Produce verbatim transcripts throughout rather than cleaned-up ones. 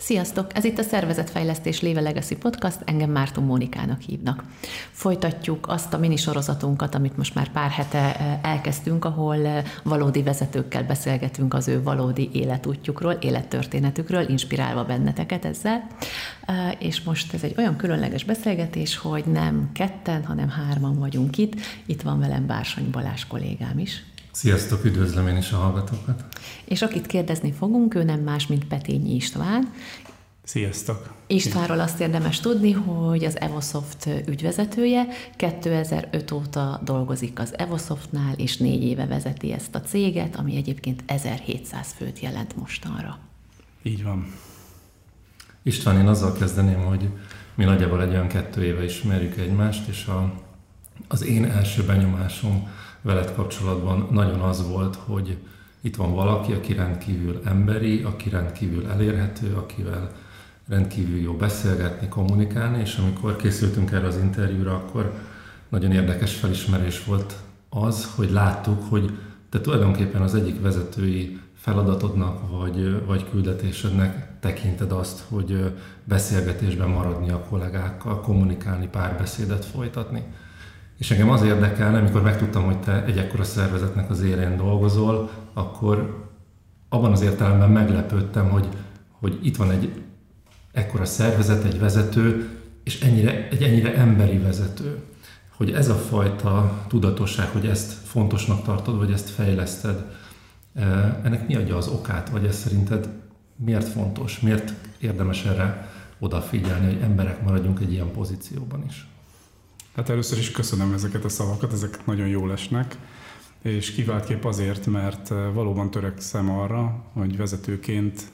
Sziasztok! Ez itt a Szervezetfejlesztés Léve Legacy Podcast, engem Márton Mónikának hívnak. Folytatjuk azt a minisorozatunkat, amit most már pár hete elkezdtünk, ahol valódi vezetőkkel beszélgetünk az ő valódi életútjukról, élettörténetükről, inspirálva benneteket ezzel. És most ez egy olyan különleges beszélgetés, hogy nem ketten, hanem hárman vagyunk itt. Itt van velem Bársony Balázs kollégám is. Sziasztok, üdvözlöm én is a hallgatókat. És akit kérdezni fogunk, ő nem más, mint Petényi István. Sziasztok! Istvánról azt érdemes tudni, hogy az Evosoft ügyvezetője, kétezer-öt óta dolgozik az Evosoftnál, és négy éve vezeti ezt a céget, ami egyébként ezerhétszáz főt jelent mostanra. Így van. István, én azzal kezdeném, hogy mi nagyjából egy olyan kettő éve ismerjük egymást, és a, az én első benyomásom veled kapcsolatban nagyon az volt, hogy itt van valaki, aki rendkívül emberi, aki rendkívül elérhető, akivel rendkívül jó beszélgetni, kommunikálni, és amikor készültünk erre az interjúra, akkor nagyon érdekes felismerés volt az, hogy láttuk, hogy te tulajdonképpen az egyik vezetői feladatodnak vagy, vagy küldetésednek tekinted azt, hogy beszélgetésben maradni a kollégákkal, kommunikálni, párbeszédet folytatni. És engem az érdekelne, amikor megtudtam, hogy te egy ekkora szervezetnek az élén dolgozol, akkor abban az értelemben meglepődtem, hogy, hogy itt van egy ekkora szervezet, egy vezető, és ennyire, egy ennyire emberi vezető. Hogy ez a fajta tudatosság, hogy ezt fontosnak tartod, vagy ezt fejleszted, ennek mi adja az okát, vagy ez szerinted miért fontos, miért érdemes erre odafigyelni, hogy emberek maradjunk egy ilyen pozícióban is? Hát először is köszönöm ezeket a szavakat, ezek nagyon jól esnek, és kiváltképp azért, mert valóban törekszem arra, hogy vezetőként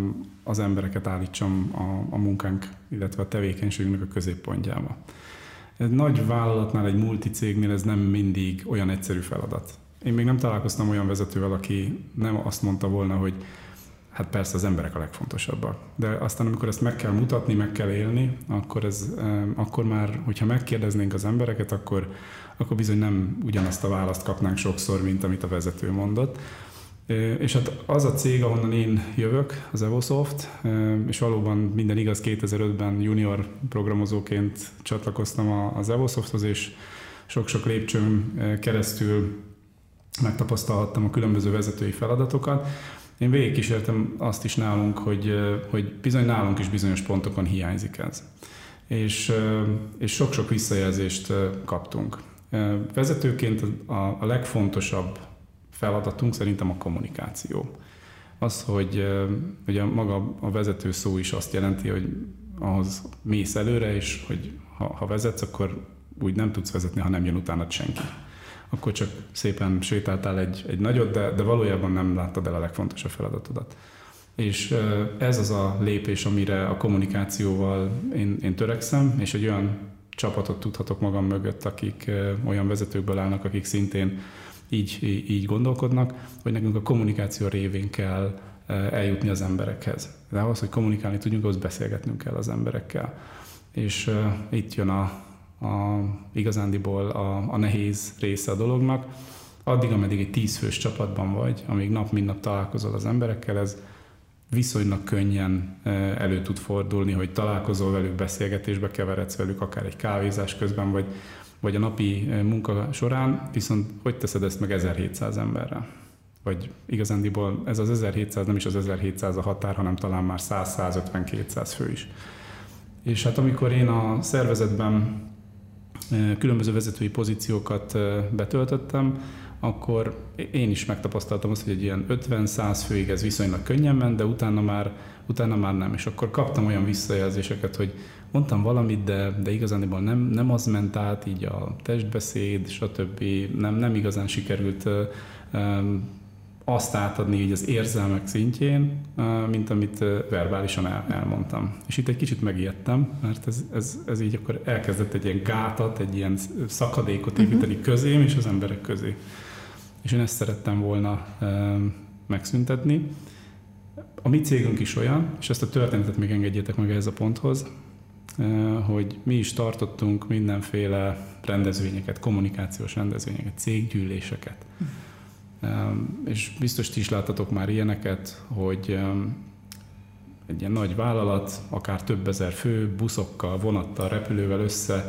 az embereket állítsam a, a munkánk, illetve a tevékenységünknek a középpontjába. Egy nagy vállalatnál, egy multicégnél ez nem mindig olyan egyszerű feladat. Én még nem találkoztam olyan vezetővel, aki nem azt mondta volna, hogy hát persze az emberek a legfontosabbak. De aztán, amikor ezt meg kell mutatni, meg kell élni, akkor, ez, akkor már, hogyha megkérdeznénk az embereket, akkor, akkor bizony nem ugyanazt a választ kapnánk sokszor, mint amit a vezető mondott. És hát az a cég, ahonnan én jövök, az Evosoft, és valóban minden igaz, kétezer-ötben junior programozóként csatlakoztam az Evosofthoz, és sok-sok lépcsőn keresztül megtapasztalhattam a különböző vezetői feladatokat. Én végigkísértem azt is nálunk, hogy, hogy bizony nálunk is bizonyos pontokon hiányzik ez. És, és sok-sok visszajelzést kaptunk. Vezetőként a, a legfontosabb feladatunk szerintem a kommunikáció. Az, hogy ugye maga a vezető szó is azt jelenti, hogy ahhoz mész előre, és hogy ha, ha vezetsz, akkor úgy nem tudsz vezetni, ha nem jön utánad senki. Akkor csak szépen sétáltál egy, egy nagyot, de, de valójában nem láttad el a legfontosabb feladatodat. És ez az a lépés, amire a kommunikációval én, én törekszem, és egy olyan csapatot tudhatok magam mögött, akik olyan vezetőkből állnak, akik szintén így, így gondolkodnak, hogy nekünk a kommunikáció révén kell eljutni az emberekhez. De ahhoz, hogy kommunikálni tudjunk, ahhoz beszélgetnünk kell az emberekkel. És uh, itt jön a A, igazándiból a, a nehéz része a dolognak. Addig, ameddig egy tízfős csapatban vagy, amíg nap mint nap találkozol az emberekkel, ez viszonylag könnyen elő tud fordulni, hogy találkozol velük, beszélgetésbe keveredsz velük, akár egy kávézás közben, vagy, vagy a napi munka során, viszont hogy teszed ezt meg ezerhétszáz emberrel? Vagy igazándiból ez az ezerhétszáz, nem is az ezerhétszáz a határ, hanem talán már száz-százötven-kétszáz fő is. És hát amikor én a szervezetben különböző vezetői pozíciókat betöltöttem, akkor én is megtapasztaltam azt, hogy egy ilyen ötven-száz főig ez viszonylag könnyen ment, de utána már, utána már nem. És akkor kaptam olyan visszajelzéseket, hogy mondtam valamit, de, de igazániból nem, nem az ment át, így a testbeszéd, stb. Nem, nem igazán sikerült azt átadni így az érzelmek szintjén, mint amit verbálisan el, elmondtam. És itt egy kicsit megijedtem, mert ez, ez, ez így akkor elkezdett egy ilyen gátat, egy ilyen szakadékot építeni közém és az emberek közé. És én ezt szerettem volna e, megszüntetni. A mi cégünk is olyan, és ezt a történetet még engedjétek meg ehhez a ponthoz, e, hogy mi is tartottunk mindenféle rendezvényeket, kommunikációs rendezvényeket, céggyűléseket. És biztos ti is láttatok már ilyeneket, hogy egy ilyen nagy vállalat, akár több ezer fő, buszokkal, vonattal, repülővel össze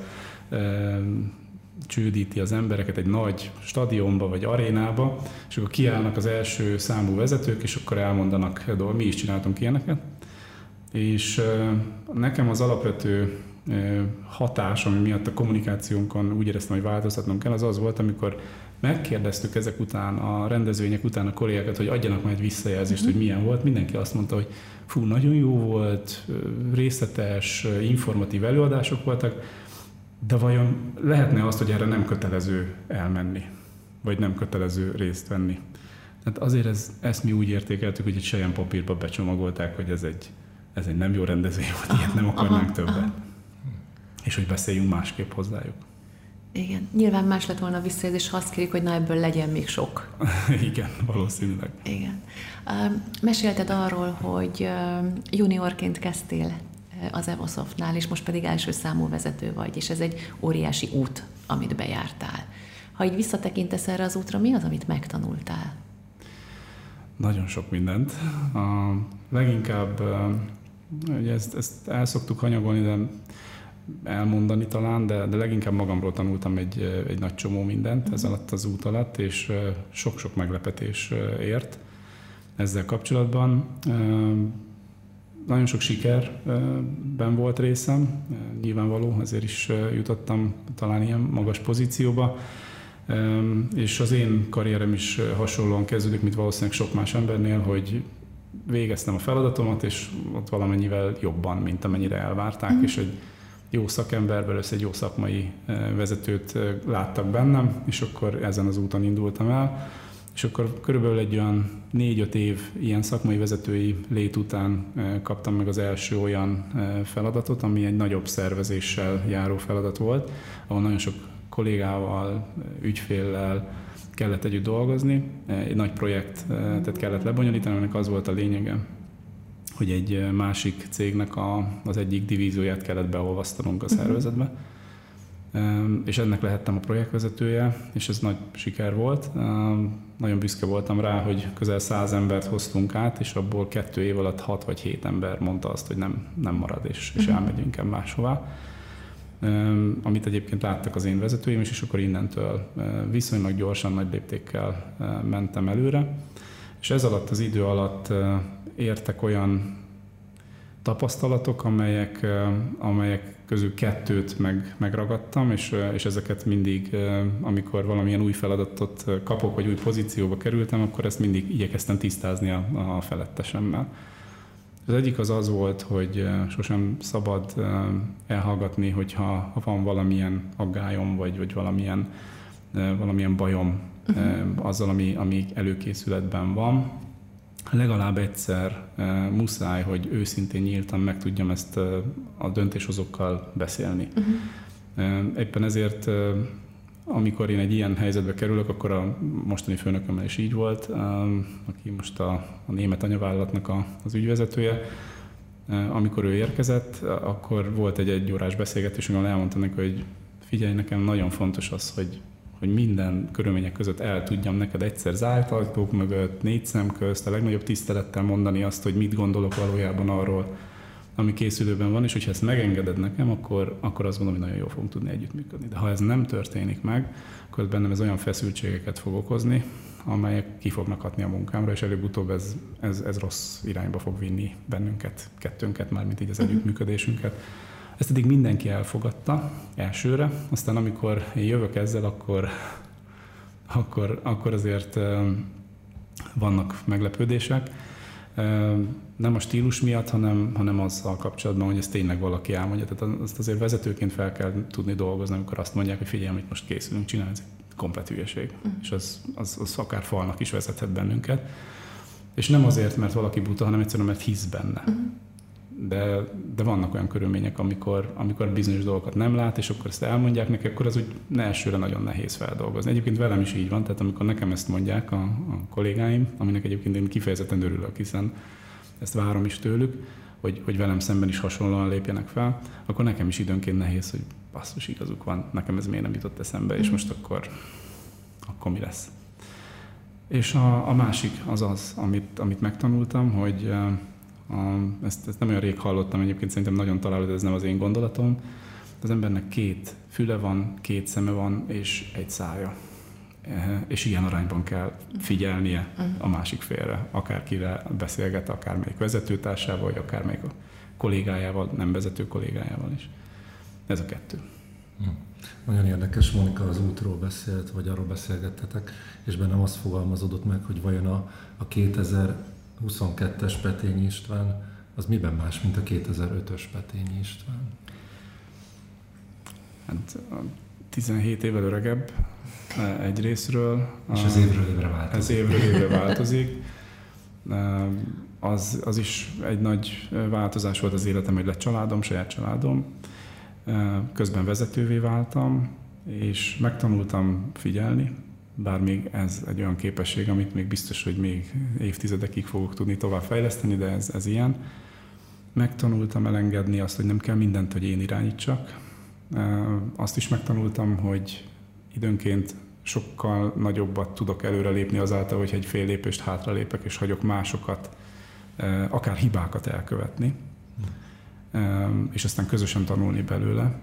csődíti az embereket egy nagy stadionba vagy arénába, és akkor kiállnak az első számú vezetők, és akkor elmondanak, mi is csináltunk ilyeneket. És nekem az alapvető hatás, ami miatt a kommunikációnkon úgy éreztem, hogy változtatnunk kell, az az volt, amikor megkérdeztük ezek után, a rendezvények után a kollégákat, hogy adjanak majd visszajelzést, mm-hmm. hogy milyen volt. Mindenki azt mondta, hogy fú, nagyon jó volt, részletes, informatív előadások voltak, de vajon lehetne azt, hogy erre nem kötelező elmenni, vagy nem kötelező részt venni? Tehát azért ez, ezt mi úgy értékeltük, hogy egy selyem papírba becsomagolták, hogy ez egy, ez egy nem jó rendezvény volt, ilyet nem akarnánk többet. Aha. És hogy beszéljünk másképp hozzájuk. Igen, nyilván más lett volna a visszajelzés, ha azt kérjük, hogy na ebből legyen még sok. Igen, valószínűleg. Igen. Mesélted arról, hogy juniorként kezdtél az Evosoftnál, és most pedig első számú vezető vagy, és ez egy óriási út, amit bejártál. Ha így visszatekintesz erre az útra, mi az, amit megtanultál? Nagyon sok mindent. A leginkább, ugye ezt, ezt el szoktuk hanyagolni, de elmondani talán, de, de leginkább magamról tanultam egy, egy nagy csomó mindent ez alatt az út alatt, és sok-sok meglepetés ért ezzel kapcsolatban. Nagyon sok sikerben volt részem, nyilvánvaló, ezért is jutottam talán ilyen magas pozícióba, és az én karrierem is hasonlóan kezdődik, mint valószínűleg sok más embernél, hogy végeztem a feladatomat, és ott valamennyivel jobban, mint amennyire elvárták, mm. és egy jó szakember, össze egy jó szakmai vezetőt láttak bennem, és akkor ezen az úton indultam el. És akkor körülbelül egy olyan négy-öt év ilyen szakmai vezetői lét után kaptam meg az első olyan feladatot, ami egy nagyobb szervezéssel járó feladat volt, ahol nagyon sok kollégával, ügyféllel kellett együtt dolgozni. Egy nagy projektet kellett lebonyolítani, aminek az volt a lényege, hogy egy másik cégnek a, az egyik divízióját kellett beolvasztanunk a szervezetbe. És ennek lehettem a projektvezetője, és ez nagy siker volt. Nagyon büszke voltam rá, hogy közel száz embert hoztunk át, és abból kettő év alatt hat vagy hét ember mondta azt, hogy nem, nem marad, és, és elmegy inkább máshová. Amit egyébként láttak az én vezetőim is, és akkor innentől viszonylag gyorsan, nagy léptékkel mentem előre. És ez alatt az idő alatt értek olyan tapasztalatok, amelyek, amelyek közül kettőt meg, megragadtam, és, és ezeket mindig, amikor valamilyen új feladatot kapok, vagy új pozícióba kerültem, akkor ezt mindig igyekeztem tisztázni a, a felettesemmel. Az egyik az az volt, hogy sosem szabad elhallgatni, hogyha ha van valamilyen aggályom, vagy, vagy valamilyen, valamilyen bajom uh-huh. azzal, ami, ami előkészületben van. Legalább egyszer uh, muszáj, hogy őszintén nyíltan meg tudjam ezt uh, a döntéshozókkal beszélni. Uh-huh. Uh, éppen ezért, uh, amikor én egy ilyen helyzetbe kerülök, akkor a mostani főnökömmel is így volt, uh, aki most a, a német anyavállalatnak a, az ügyvezetője. Uh, amikor ő érkezett, uh, akkor volt egy egyórás beszélgetés, ahol elmondtam neki, hogy figyelj, nekem nagyon fontos az, hogy hogy minden körülmények között el tudjam neked egyszer zárt ajtók mögött, négy szem közt, a legnagyobb tisztelettel mondani azt, hogy mit gondolok valójában arról, ami készülőben van, és hogyha ezt megengeded nekem, akkor, akkor azt gondolom, hogy nagyon jól fogunk tudni együttműködni. De ha ez nem történik meg, akkor bennem ez olyan feszültségeket fog okozni, amelyek ki fognak hatni a munkámra, és előbb-utóbb ez, ez, ez rossz irányba fog vinni bennünket, kettőnket, már mint így az együttműködésünket. Ezt eddig mindenki elfogadta elsőre, aztán amikor én jövök ezzel, akkor, akkor, akkor azért vannak meglepődések. Nem a stílus miatt, hanem, hanem azzal kapcsolatban, hogy ezt tényleg valaki elmondja. Tehát azt azért vezetőként fel kell tudni dolgozni, amikor azt mondják, hogy figyelj, amit most készülünk csinálni, ez egy komplet hülyeség. Uh-huh. És az, az, az akár falnak is vezethet bennünket. És nem azért, mert valaki buta, hanem egyszerűen, mert hisz benne. Uh-huh. De, de vannak olyan körülmények, amikor, amikor bizonyos dolgokat nem lát, és akkor ezt elmondják neki, akkor az úgy elsőre nagyon nehéz feldolgozni. Egyébként velem is így van, tehát amikor nekem ezt mondják a, a kollégáim, aminek egyébként én kifejezetten örülök, hiszen ezt várom is tőlük, hogy, hogy velem szemben is hasonlóan lépjenek fel, akkor nekem is időnként nehéz, hogy basszus, igazuk van, nekem ez miért nem jutott eszembe, és most akkor, akkor mi lesz. És a, a másik az az, amit, amit megtanultam, hogy Ezt, ezt nem olyan rég hallottam, egyébként szerintem nagyon találó, de ez nem az én gondolatom. Az embernek két füle van, két szeme van, és egy szája. És ilyen arányban kell figyelnie a másik félre, akárkire beszélget, akármelyik vezetőtársával, vagy akármelyik a kollégájával, nem vezető kollégájával is. Ez a kettő. Hm. Nagyon érdekes, Mónika az útról beszélt, vagy arról beszélgettetek, és bennem azt fogalmazódott meg, hogy vajon a, a kétezer-huszonkettes Petényi István az miben más, mint a kétezer-ötös Petényi István? Hát tizenhét évvel öregebb egy részről. És ez évről évre változik. Ez évről évre változik. Az, az is egy nagy változás volt az életem, hogy lett családom, saját családom. Közben vezetővé váltam, és megtanultam figyelni, bár még ez egy olyan képesség, amit még biztos, hogy még évtizedekig fogok tudni tovább fejleszteni, de ez, ez ilyen. Megtanultam elengedni azt, hogy nem kell mindent, hogy én irányítsak. Azt is megtanultam, hogy időnként sokkal nagyobbat tudok előrelépni azáltal, hogy egy fél lépést hátralépek, és hagyok másokat, akár hibákat elkövetni, és aztán közösen tanulni belőle.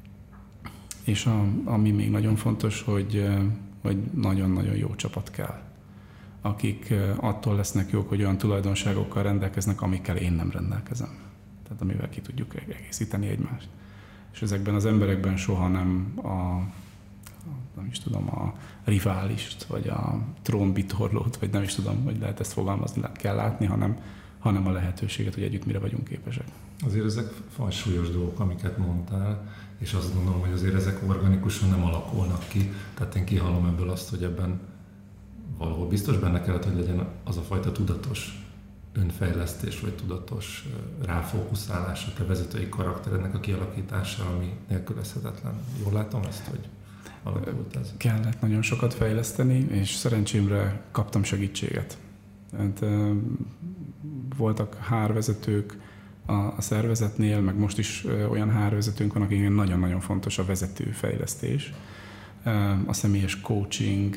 És a, ami még nagyon fontos, hogy, hogy nagyon-nagyon jó csapat kell, akik attól lesznek jók, hogy olyan tulajdonságokkal rendelkeznek, amikkel én nem rendelkezem. Tehát amivel ki tudjuk egészíteni egymást. És ezekben az emberekben soha nem a, nem is tudom, a riválist, vagy a trónbitorlót, vagy nem is tudom, hogy lehet ezt fogalmazni, kell látni, hanem, hanem a lehetőséget, hogy együtt mire vagyunk képesek. Azért ezek fajsúlyos dolgok, amiket mondtál, és azt gondolom, hogy azért ezek organikusan nem alakulnak ki. Tehát én kihallom ebből azt, hogy ebben valahol biztos benne kellett, hogy legyen az a fajta tudatos önfejlesztés, vagy tudatos ráfókuszálás a te vezetői karakterednek a kialakítására, ami nélkülözhetetlen. Jól látom ezt, hogy alakult ez? Kellett nagyon sokat fejleszteni, és szerencsémre kaptam segítséget. Hát, voltak hárvezetők a szervezetnél, meg most is olyan hárvezetőnk van, akiknek nagyon-nagyon fontos a vezetőfejlesztés, a személyes coaching,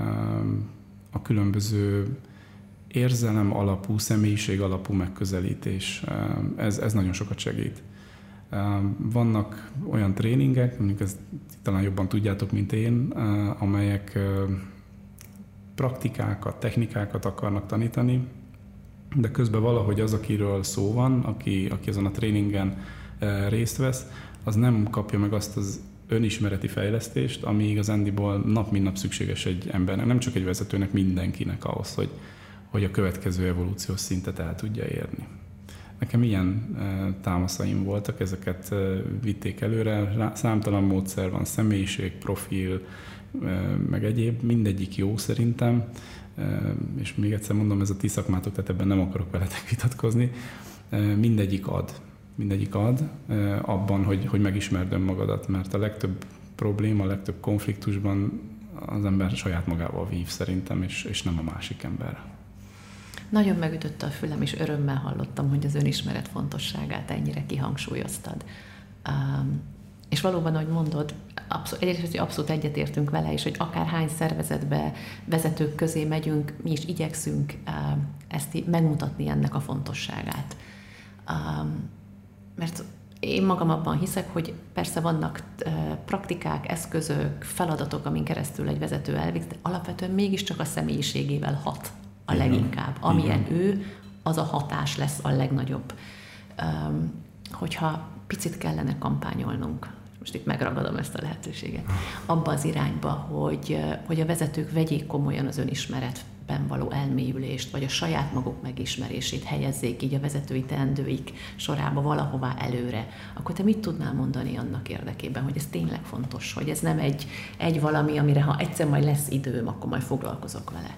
a különböző érzelem alapú, személyiség alapú megközelítés, ez, ez nagyon sokat segít. Vannak olyan tréningek, mondjuk ezt talán jobban tudjátok, mint én, amelyek praktikákat, technikákat akarnak tanítani, de közben valahogy az, akiről szó van, aki, aki azon a tréningen részt vesz, az nem kapja meg azt az önismereti fejlesztést, ami igazándiból nap mint nap szükséges egy embernek, nem csak egy vezetőnek, mindenkinek ahhoz, hogy, hogy a következő evolúciós szintet el tudja érni. Nekem ilyen támaszaim voltak, ezeket vitték előre, számtalan módszer van, személyiség, profil, meg egyéb, mindegyik jó szerintem, és még egyszer mondom, ez a ti szakmátok, tehát ebben nem akarok veletek vitatkozni, mindegyik ad. Mindegyik ad abban, hogy, hogy megismerd önmagadat, mert a legtöbb probléma, a legtöbb konfliktusban az ember saját magával vív szerintem, és, és nem a másik ember. Nagyon megütötte a fülem, és örömmel hallottam, hogy az önismeret fontosságát ennyire kihangsúlyoztad. Um, és valóban, ahogy mondod, abszolút, egyrészt abszolút egyetértünk vele, és hogy akárhány szervezetbe, vezetők közé megyünk, mi is igyekszünk um, ezt megmutatni, ennek a fontosságát. Um, mert én magam abban hiszek, hogy persze vannak uh, praktikák, eszközök, feladatok, amin keresztül egy vezető elvégz, de alapvetően mégiscsak a személyiségével hat a leginkább. Amilyen Igen. ő, az a hatás lesz a legnagyobb. Um, hogyha picit kellene kampányolnunk, most itt megragadom ezt a lehetőséget, abba az irányba, hogy, hogy a vezetők vegyék komolyan az önismeretben való elmélyülést, vagy a saját maguk megismerését helyezzék így a vezetői teendőik sorába valahová előre, akkor te mit tudnál mondani annak érdekében, hogy ez tényleg fontos, hogy ez nem egy, egy valami, amire ha egyszer majd lesz időm, akkor majd foglalkozok vele?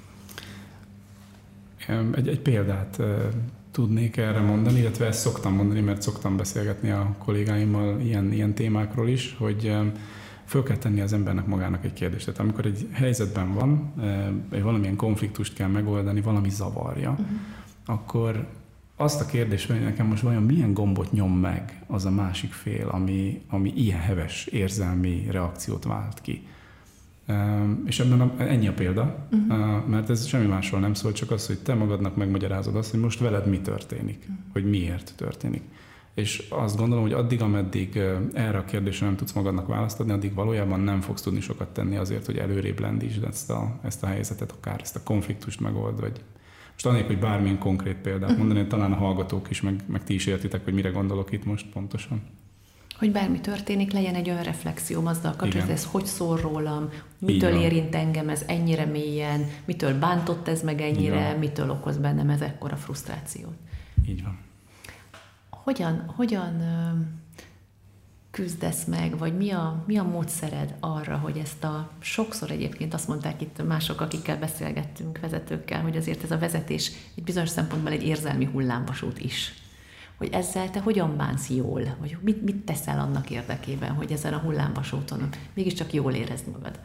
Egy, egy példát tudnék erre mondani, illetve ezt szoktam mondani, mert szoktam beszélgetni a kollégáimmal ilyen, ilyen témákról is, hogy föl kell tenni az embernek magának egy kérdést. Tehát amikor egy helyzetben van, valamilyen konfliktust kell megoldani, valami zavarja, uh-huh. akkor azt a kérdést, hogy nekem most vajon milyen gombot nyom meg az a másik fél, ami, ami ilyen heves érzelmi reakciót vált ki. És ebben a, ennyi a példa, uh-huh. mert ez semmi másról nem szól, csak az, hogy te magadnak megmagyarázod azt, hogy most veled mi történik, uh-huh. hogy miért történik. És azt gondolom, hogy addig, ameddig erre a kérdésre nem tudsz magadnak választ adni, addig valójában nem fogsz tudni sokat tenni azért, hogy előrébb lendítsd ezt a, ezt a helyzetet, akár ezt a konfliktust megold, vagy most annélkül, hogy bármilyen konkrét példát mondani, hogy talán a hallgatók is, meg, meg ti is értitek, hogy mire gondolok itt most pontosan. Hogy bármi történik, legyen egy olyan reflexióm azzal kapcsolatban, ez hogy szól rólam, mitől érint engem ez ennyire mélyen, mitől bántott ez meg ennyire, mitől okoz bennem ez ekkora frusztrációt. Így van. Hogyan, hogyan küzdesz meg, vagy mi a, mi a módszered arra, hogy ezt a sokszor egyébként azt mondták itt mások, akikkel beszélgettünk, vezetőkkel, hogy azért ez a vezetés egy bizonyos szempontból egy érzelmi hullámvasút is. Hogy ezzel te hogyan bánsz jól, vagy mit, mit teszel annak érdekében, hogy ezen a hullámvasúton mégiscsak jól érezd magad?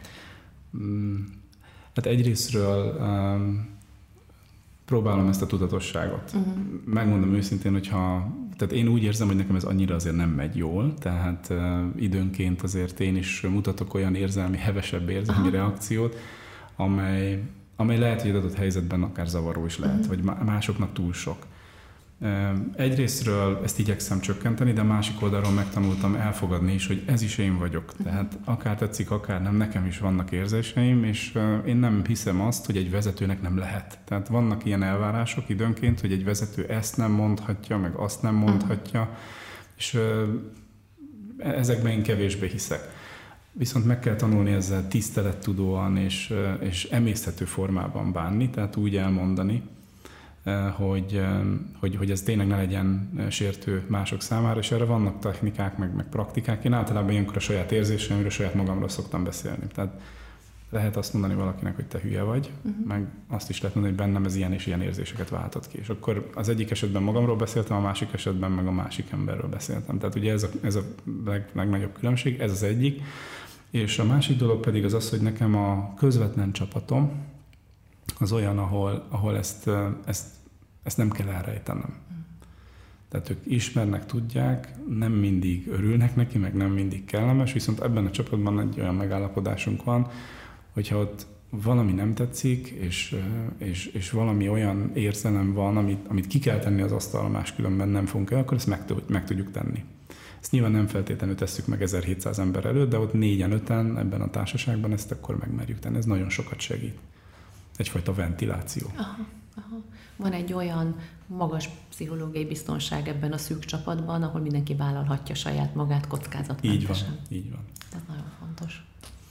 Hát egyrésztről um, próbálom ezt a tudatosságot. Uh-huh. Megmondom őszintén, hogyha tehát én úgy érzem, hogy nekem ez annyira azért nem megy jól, tehát uh, időnként azért én is mutatok olyan érzelmi, hevesebb érzelmi Aha. reakciót, amely, amely lehet, hogy egy adott helyzetben akár zavaró is lehet, uh-huh. vagy másoknak túl sok. Egyrésztről ezt igyekszem csökkenteni, de másik oldalról megtanultam elfogadni is, hogy ez is én vagyok. Tehát akár tetszik, akár nem, nekem is vannak érzéseim, és én nem hiszem azt, hogy egy vezetőnek nem lehet. Tehát vannak ilyen elvárások időnként, hogy egy vezető ezt nem mondhatja, meg azt nem mondhatja, és ezekben én kevésbé hiszek. Viszont meg kell tanulni ezzel tisztelettudóan és, és emészthető formában bánni, tehát úgy elmondani, Hogy, hogy, hogy ez tényleg ne legyen sértő mások számára, és erre vannak technikák, meg, meg praktikák. Én általában ilyenkor a saját érzéseimről, saját magamról szoktam beszélni. Tehát lehet azt mondani valakinek, hogy te hülye vagy, uh-huh. meg azt is lehet mondani, hogy bennem ez ilyen és ilyen érzéseket váltott ki. És akkor az egyik esetben magamról beszéltem, a másik esetben meg a másik emberről beszéltem. Tehát ugye ez a, ez a leg, legnagyobb különbség, ez az egyik. És a másik dolog pedig az az, hogy nekem a közvetlen csapatom, az olyan, ahol, ahol ezt, ezt, ezt nem kell elrejtenem. Tehát ők ismernek, tudják, nem mindig örülnek neki, meg nem mindig kellemes, viszont ebben a csapatban egy olyan megállapodásunk van, hogyha ott valami nem tetszik, és, és, és valami olyan érzelem van, amit, amit ki kell tenni az asztalra, máskülönben nem fogunk el, akkor ezt meg, meg tudjuk tenni. Ezt nyilván nem feltétlenül tesszük meg ezerhétszáz ember előtt, de ott négyen, öten ebben a társaságban ezt akkor megmerjük tenni. Ez nagyon sokat segít. Egyfajta ventiláció. Aha, aha. Van egy olyan magas pszichológiai biztonság ebben a szűk csapatban, ahol mindenki vállalhatja saját magát kockázatmentesen. Így van, így van. Ez nagyon fontos.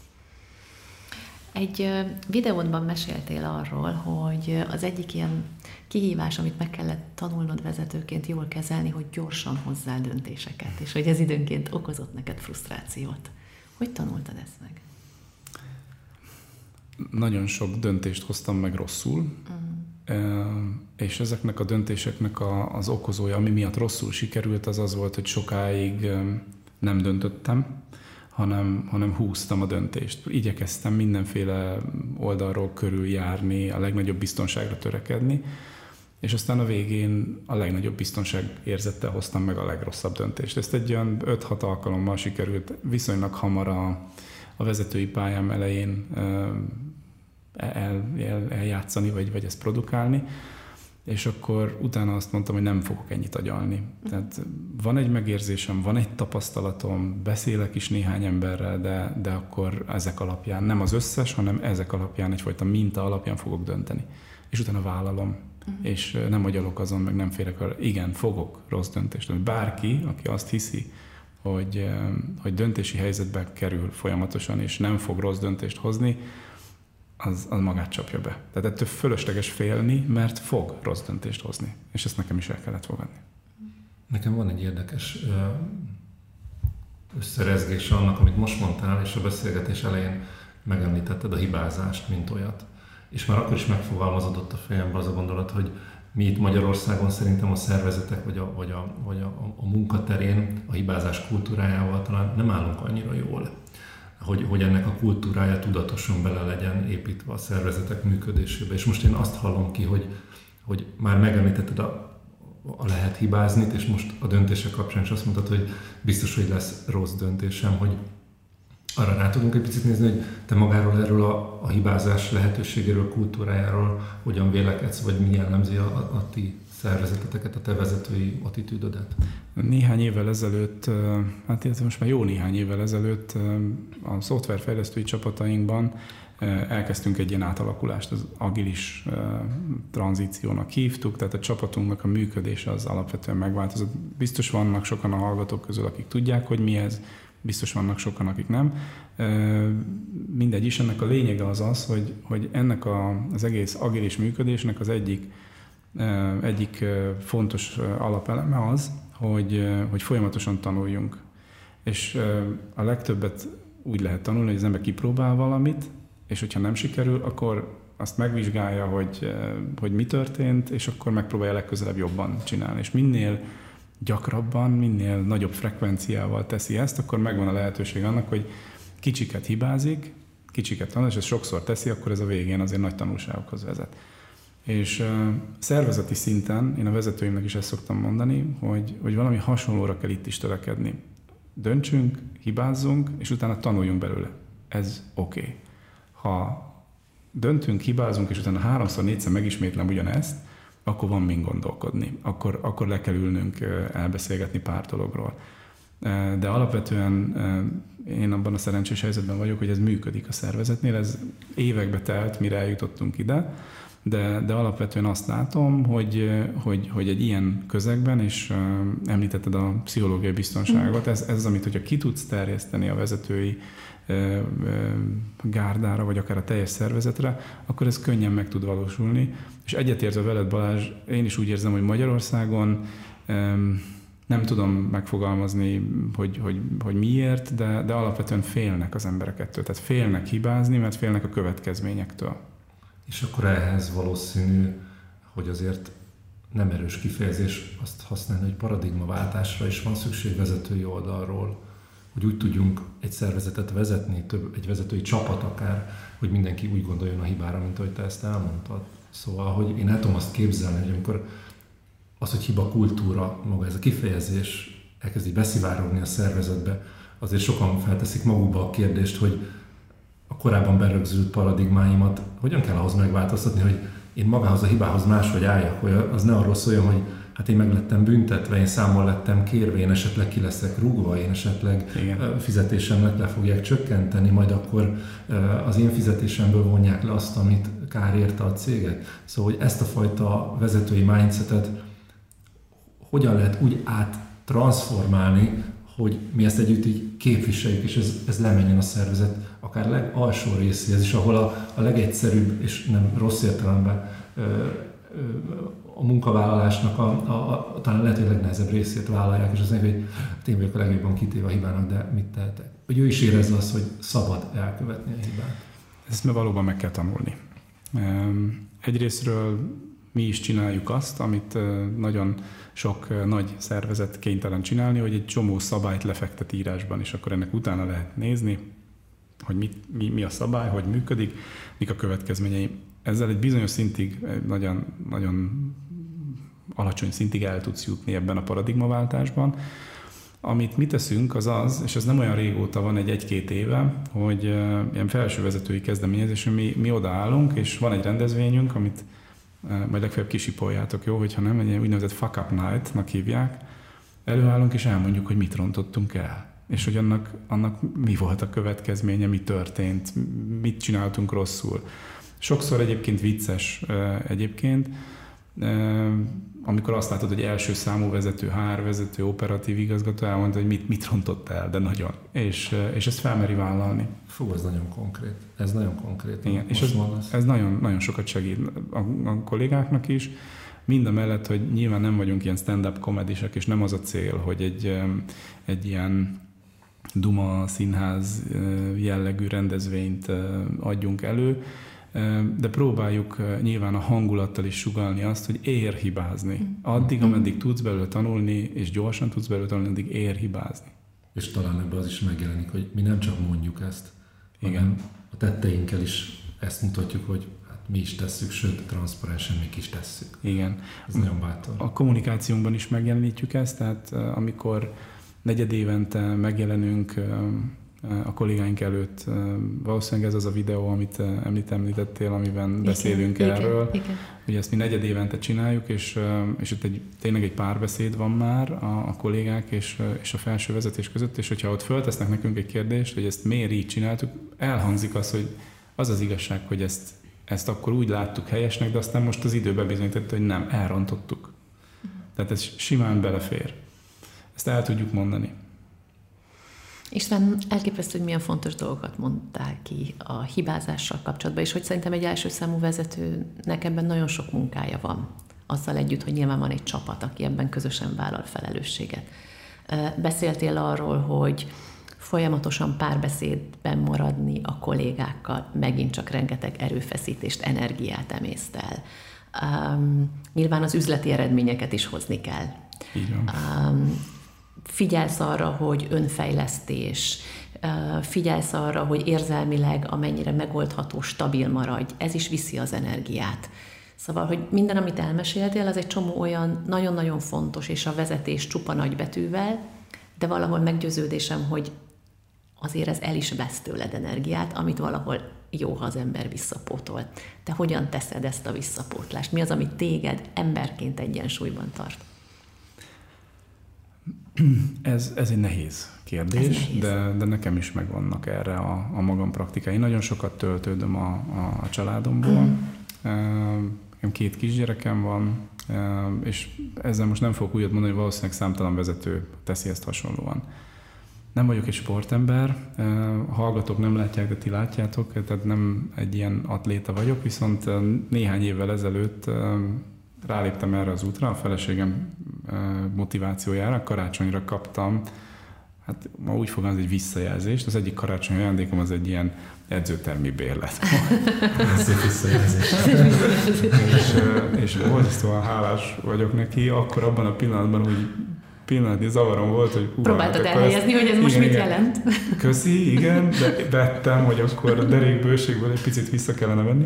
Egy videódban meséltél arról, hogy az egyik ilyen kihívás, amit meg kellett tanulnod vezetőként jól kezelni, hogy gyorsan hozzál döntéseket, és hogy ez időnként okozott neked frusztrációt. Hogy tanultad ezt meg? Nagyon sok döntést hoztam meg rosszul, uh-huh. és ezeknek a döntéseknek a, az okozója, ami miatt rosszul sikerült, az az volt, hogy sokáig nem döntöttem, hanem, hanem húztam a döntést. Igyekeztem mindenféle oldalról körüljárni, a legnagyobb biztonságra törekedni, és aztán a végén a legnagyobb biztonság érzettel hoztam meg a legrosszabb döntést. Ezt egy olyan öt-hat alkalommal sikerült viszonylag hamar a, a vezetői pályám elején el, el, eljátszani, vagy, vagy ezt produkálni, és akkor utána azt mondtam, hogy nem fogok ennyit agyalni. Tehát van egy megérzésem, van egy tapasztalatom, beszélek is néhány emberrel, de, de akkor ezek alapján, nem az összes, hanem ezek alapján, egyfajta minta alapján fogok dönteni. És utána vállalom, uh-huh. és nem agyalok azon, meg nem férek arra. Igen, fogok rossz döntést. Bárki, aki azt hiszi, hogy, hogy döntési helyzetbe kerül folyamatosan, és nem fog rossz döntést hozni, az, az magát csapja be. Tehát ettől fölösleges félni, mert fog rossz döntést hozni. És ezt nekem is el kellett fogadni. Nekem van egy érdekes összerezgése annak, amit most mondtál, és a beszélgetés elején megemlítetted a hibázást, mint olyat. És már akkor is megfogalmazódott a fejembe az a gondolat, hogy mi itt Magyarországon szerintem a szervezetek, vagy a, vagy a, vagy a, a munkaterén a hibázás kultúrájával talán nem állunk annyira jól. Hogy, hogy ennek a kultúrája tudatosan bele legyen építve a szervezetek működésébe. És most én azt hallom ki, hogy, hogy már megemlítetted a, a lehet hibázni, és most a döntések kapcsán is azt mondtad, hogy biztos, hogy lesz rossz döntésem, hogy, arra rá tudunk egy picit nézni, hogy te magáról erről a, a hibázás lehetőségéről, kultúrájáról hogyan vélekedsz, vagy mi jellemzi a, a, a ti szervezeteteket, a te vezetői attitűdödet? Néhány évvel ezelőtt, hát illetve most már jó néhány évvel ezelőtt a szoftverfejlesztői csapatainkban elkezdtünk egy ilyen átalakulást, az agilis tranzíciónak hívtuk, tehát a csapatunknak a működése az alapvetően megváltozott. Biztos vannak sokan a hallgatók közül, akik tudják, hogy mi ez, biztos vannak sokan, akik nem. Mindegy is, ennek a lényege az az, hogy, hogy ennek a, az egész agilis működésnek az egyik, egyik fontos alapeleme az, hogy, hogy folyamatosan tanuljunk. És a legtöbbet úgy lehet tanulni, hogy az ember kipróbál valamit, és hogyha nem sikerül, akkor azt megvizsgálja, hogy, hogy mi történt, és akkor megpróbálja legközelebb jobban csinálni. És minél gyakrabban, minél nagyobb frekvenciával teszi ezt, akkor megvan a lehetőség annak, hogy kicsiket hibázik, kicsiket tanul, és ezt sokszor teszi, akkor ez a végén azért nagy tanulságokhoz vezet. És uh, szervezeti szinten én a vezetőimnek is ezt szoktam mondani, hogy, hogy valami hasonlóra kell itt is törekedni. Döntsünk, hibázzunk, és utána tanuljunk belőle. Ez oké. Okay. Ha döntünk, hibázunk, és utána háromszor, négyszer megismétlem ugyanezt, akkor van mind gondolkodni. Akkor, akkor le kell ülnünk elbeszélgetni pár dologról. De alapvetően én abban a szerencsés helyzetben vagyok, hogy ez működik a szervezetnél. Ez évekbe telt, mire eljutottunk ide, de, de alapvetően azt látom, hogy, hogy, hogy egy ilyen közegben, és említetted a pszichológiai biztonságot, ez, ez az, amit, hogyha ki tudsz terjeszteni a vezetői gárdára, vagy akár a teljes szervezetre, akkor ez könnyen meg tud valósulni. És egyetértve veled, Balázs, én is úgy érzem, hogy Magyarországon nem tudom megfogalmazni, hogy, hogy, hogy miért, de, de alapvetően félnek az emberek ettől. Tehát félnek hibázni, mert félnek a következményektől. És akkor ehhez valószínű, hogy azért nem erős kifejezés azt használni, hogy paradigmaváltásra is van szükség vezetői oldalról, hogy úgy tudjunk egy szervezetet vezetni, több, egy vezetői csapat akár, hogy mindenki úgy gondoljon a hibára, mint ahogy te ezt elmondtad. Szóval, hogy én el tudom azt képzelni, hogy amikor az, hogy hiba kultúra, maga ez a kifejezés elkezdi beszivárogni a szervezetbe, azért sokan felteszik magukba a kérdést, hogy a korábban berögzült paradigmáimat hogyan kell ahhoz megváltoztatni, hogy én magához a hibához máshogy álljak, hogy az ne arról szóljon, hogy hát én meg lettem büntetve, én számon lettem kérve, én esetleg ki leszek rúgva, én esetleg igen, fizetésemet le fogják csökkenteni, majd akkor az én fizetésemből vonják le azt, amit kár érte a céget. Szóval, hogy ezt a fajta vezetői mindsetet hogyan lehet úgy áttranszformálni, hogy mi ezt együtt így képviseljük, és ez, ez lemenjen a szervezet akár legalsó részéhez is, ahol a, a legegyszerűbb, és nem rossz értelemben ö, ö, a munkavállalásnak a, a, a, talán lehet, hogy a legnehezebb részét vállalják, és azt mondják, hogy hát én vagyok a legjobban kitéve a hibának, de mit tehetek? Hogy ő is érezze azt, hogy szabad elkövetni a hibát. Ezt már valóban meg kell tanulni. Egyrésztről mi is csináljuk azt, amit nagyon sok nagy szervezet kénytelen csinálni, hogy egy csomó szabályt lefektet írásban, és akkor ennek utána lehet nézni, hogy mit, mi, mi a szabály, hogy működik, mik a következményei. Ezzel egy bizonyos szintig, nagyon, nagyon alacsony szintig el tudsz jutni ebben a paradigmaváltásban. Amit mi teszünk, az az, és ez nem olyan régóta van, egy egy-két éve, hogy ilyen felsővezetői kezdeményezés, mi, mi odaállunk, és van egy rendezvényünk, amit majd legfeljebb kisipoljátok, jó, hogyha nem, egy úgynevezett fuck up night-nak hívják, előállunk és elmondjuk, hogy mit rontottunk el. És hogy annak, annak mi volt a következménye, mi történt, mit csináltunk rosszul. Sokszor egyébként vicces egyébként, amikor azt látod, hogy első számú vezető, hár vezető, operatív igazgató elmondta, hogy mit, mit rontott el, de nagyon. És, és ezt felmeri vállalni. Fú, ez nagyon konkrét. Ez nagyon konkrét. Igen, és ez, ez nagyon, nagyon sokat segít a, a kollégáknak is. Mind a mellett, hogy nyilván nem vagyunk ilyen stand-up komedisek, és nem az a cél, hogy egy, egy ilyen Duma színház jellegű rendezvényt adjunk elő, de próbáljuk nyilván a hangulattal is sugallni azt, hogy ér hibázni. Addig, ameddig tudsz belőle tanulni, és gyorsan tudsz belőle tanulni, addig ér hibázni. És talán ebben az is megjelenik, hogy mi nem csak mondjuk ezt, igen, a tetteinkkel is ezt mutatjuk, hogy hát mi is tesszük, sőt, transzparensen mi is tesszük. Igen. Ez nagyon bátor. A kommunikációnkban is megjelenítjük ezt, tehát amikor negyed évente megjelenünk a kollégáink előtt. Valószínűleg ez az a videó, amit említ, említettél, amiben igen, beszélünk igen, erről. Igen. Ugye ezt mi negyed évente csináljuk, és, és itt egy, tényleg egy párbeszéd van már a, a kollégák és, és a felső vezetés között, és hogyha ott föltesznek nekünk egy kérdést, hogy ezt miért így csináltuk, elhangzik az, hogy az az igazság, hogy ezt, ezt akkor úgy láttuk helyesnek, de aztán most az idő bebizonyította, hogy nem, elrontottuk. Tehát ez simán belefér. Ezt el tudjuk mondani. István, elképesztő, hogy milyen fontos dolgokat mondtál ki a hibázással kapcsolatban, és hogy szerintem egy első számú vezetőnek ebben nagyon sok munkája van. Azzal együtt, hogy nyilván van egy csapat, aki ebben közösen vállal felelősséget. Beszéltél arról, hogy folyamatosan párbeszédben maradni a kollégákkal, megint csak rengeteg erőfeszítést, energiát emésztel. Um, nyilván az üzleti eredményeket is hozni kell. Így van. Um, figyelsz arra, hogy önfejlesztés, figyelsz arra, hogy érzelmileg amennyire megoldható, stabil maradj, ez is viszi az energiát. Szóval, hogy minden, amit elmeséltél, az egy csomó olyan nagyon-nagyon fontos, és a vezetés csupa nagybetűvel, de valahol meggyőződésem, hogy azért ez el is vesz tőled energiát, amit valahol jó, ha az ember visszapótol. Te hogyan teszed ezt a visszapótlást? Mi az, amit téged emberként egyensúlyban tart? Ez, ez egy nehéz kérdés, ez nehéz. De, de nekem is megvannak erre a, a magam praktikái. Nagyon sokat töltődöm a, a családomból. Mm. Két kisgyerekem van, és ezzel most nem fogok újat mondani, hogy valószínűleg számtalan vezető teszi ezt hasonlóan. Nem vagyok egy sportember, a hallgatók nem látják, de ti látjátok, tehát nem egy ilyen atléta vagyok, viszont néhány évvel ezelőtt ráléptem erre az útra, a feleségem motivációjára, karácsonyra kaptam, hát ma úgy fogalmaz, egy visszajelzést. Az egyik karácsonyi ajándékom az egy ilyen edzőtermi bérlet. Ez egy visszajelzés. és, és borzasztóan hálás vagyok neki, akkor abban a pillanatban úgy pillanatnyi zavarom volt, hogy... Próbáltad elhelyezni, hogy ez most igen, mit igen. jelent? Köszi, igen, de vettem, hogy akkor a derékbőségből egy picit vissza kellene venni.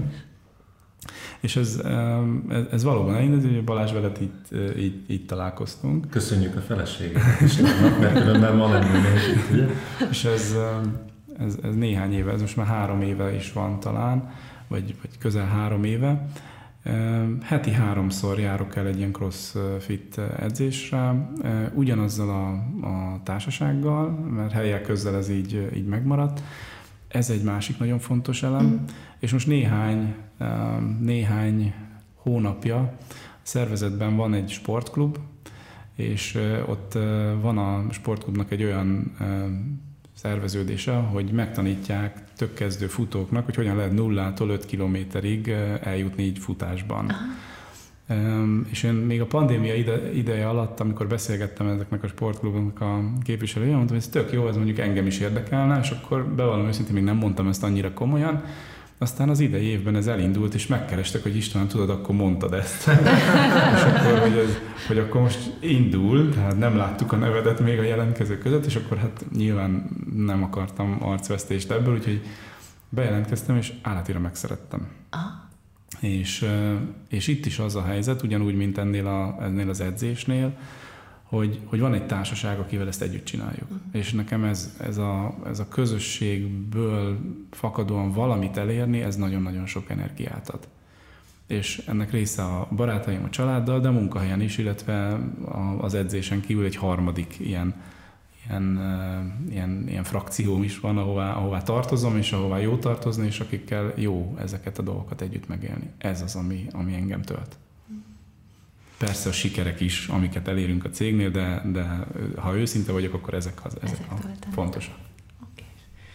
És ez, ez, ez valóban elindult, hogy Balázs veled itt, így, így találkoztunk. Köszönjük a feleséget Istvánnak, mert különben ma nem ülnénk itt, ugye? És ez, ez, ez néhány éve, ez most már három éve is van talán, vagy, vagy közel három éve. Heti háromszor járok el egy ilyen crossfit edzésre, ugyanazzal a, a társasággal, mert helyek közzel ez így, így megmaradt. Ez egy másik nagyon fontos elem, mm. és most néhány, néhány hónapja a szervezetben van egy sportklub, és ott van a sportklubnak egy olyan szerveződése, hogy megtanítják tök kezdő futóknak, hogy hogyan lehet nullától öt kilométerig eljutni így futásban. Aha. Um, és én még a pandémia ide, ideje alatt, amikor beszélgettem ezeknek a sportkluboknak a képviselőjével, mondtam, hogy ez tök jó, ez mondjuk engem is érdekelne, és akkor bevallom őszintén, még nem mondtam ezt annyira komolyan. Aztán az idei évben ez elindult, és megkerestek, hogy István, tudod, akkor mondtad ezt. és akkor, hogy, ez, hogy akkor most indul, tehát nem láttuk a nevedet még a jelentkezők között, és akkor hát nyilván nem akartam arcvesztést ebből, úgyhogy bejelentkeztem, és állatira megszerettem. Ah. És, és itt is az a helyzet, ugyanúgy, mint ennél, a, ennél az edzésnél, hogy, hogy van egy társaság, akivel ezt együtt csináljuk. Uh-huh. És nekem ez, ez, a, ez a közösségből fakadóan valamit elérni, ez nagyon-nagyon sok energiát ad. És ennek része a barátaim a családdal, de a munkahelyen is, illetve az edzésen kívül egy harmadik ilyen, ilyen, ilyen, ilyen frakcióm is van, ahová, ahová tartozom, és ahová jó tartozni, és akikkel jó ezeket a dolgokat együtt megélni. Ez az, ami, ami engem tölt. Persze a sikerek is, amiket elérünk a cégnél, de, de ha őszinte vagyok, akkor ezek, az, ezek, ezek a fontosak. Okay.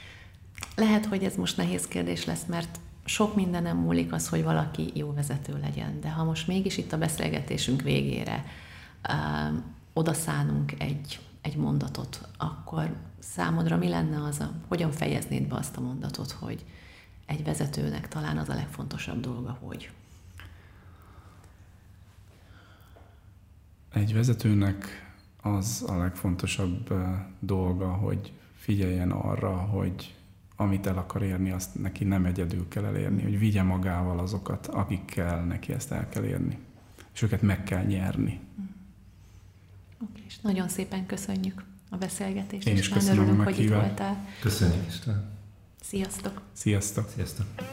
Lehet, hogy ez most nehéz kérdés lesz, mert sok mindenem múlik az, hogy valaki jó vezető legyen. De ha most mégis itt a beszélgetésünk végére um, odaszánunk egy, egy mondatot, akkor számodra mi lenne az, a, hogyan fejeznéd be azt a mondatot, hogy egy vezetőnek talán az a legfontosabb dolga, hogy... Egy vezetőnek az a legfontosabb dolga, hogy figyeljen arra, hogy amit el akar érni, azt neki nem egyedül kell elérni, hogy vigye magával azokat, akikkel neki ezt el kell érni. És őket meg kell nyerni. Oké, és nagyon szépen köszönjük a beszélgetést. Én is köszönöm örülök, a hogy itt meghívást. voltál. Köszönjük, István. Sziasztok! Sziasztok! Sziasztok!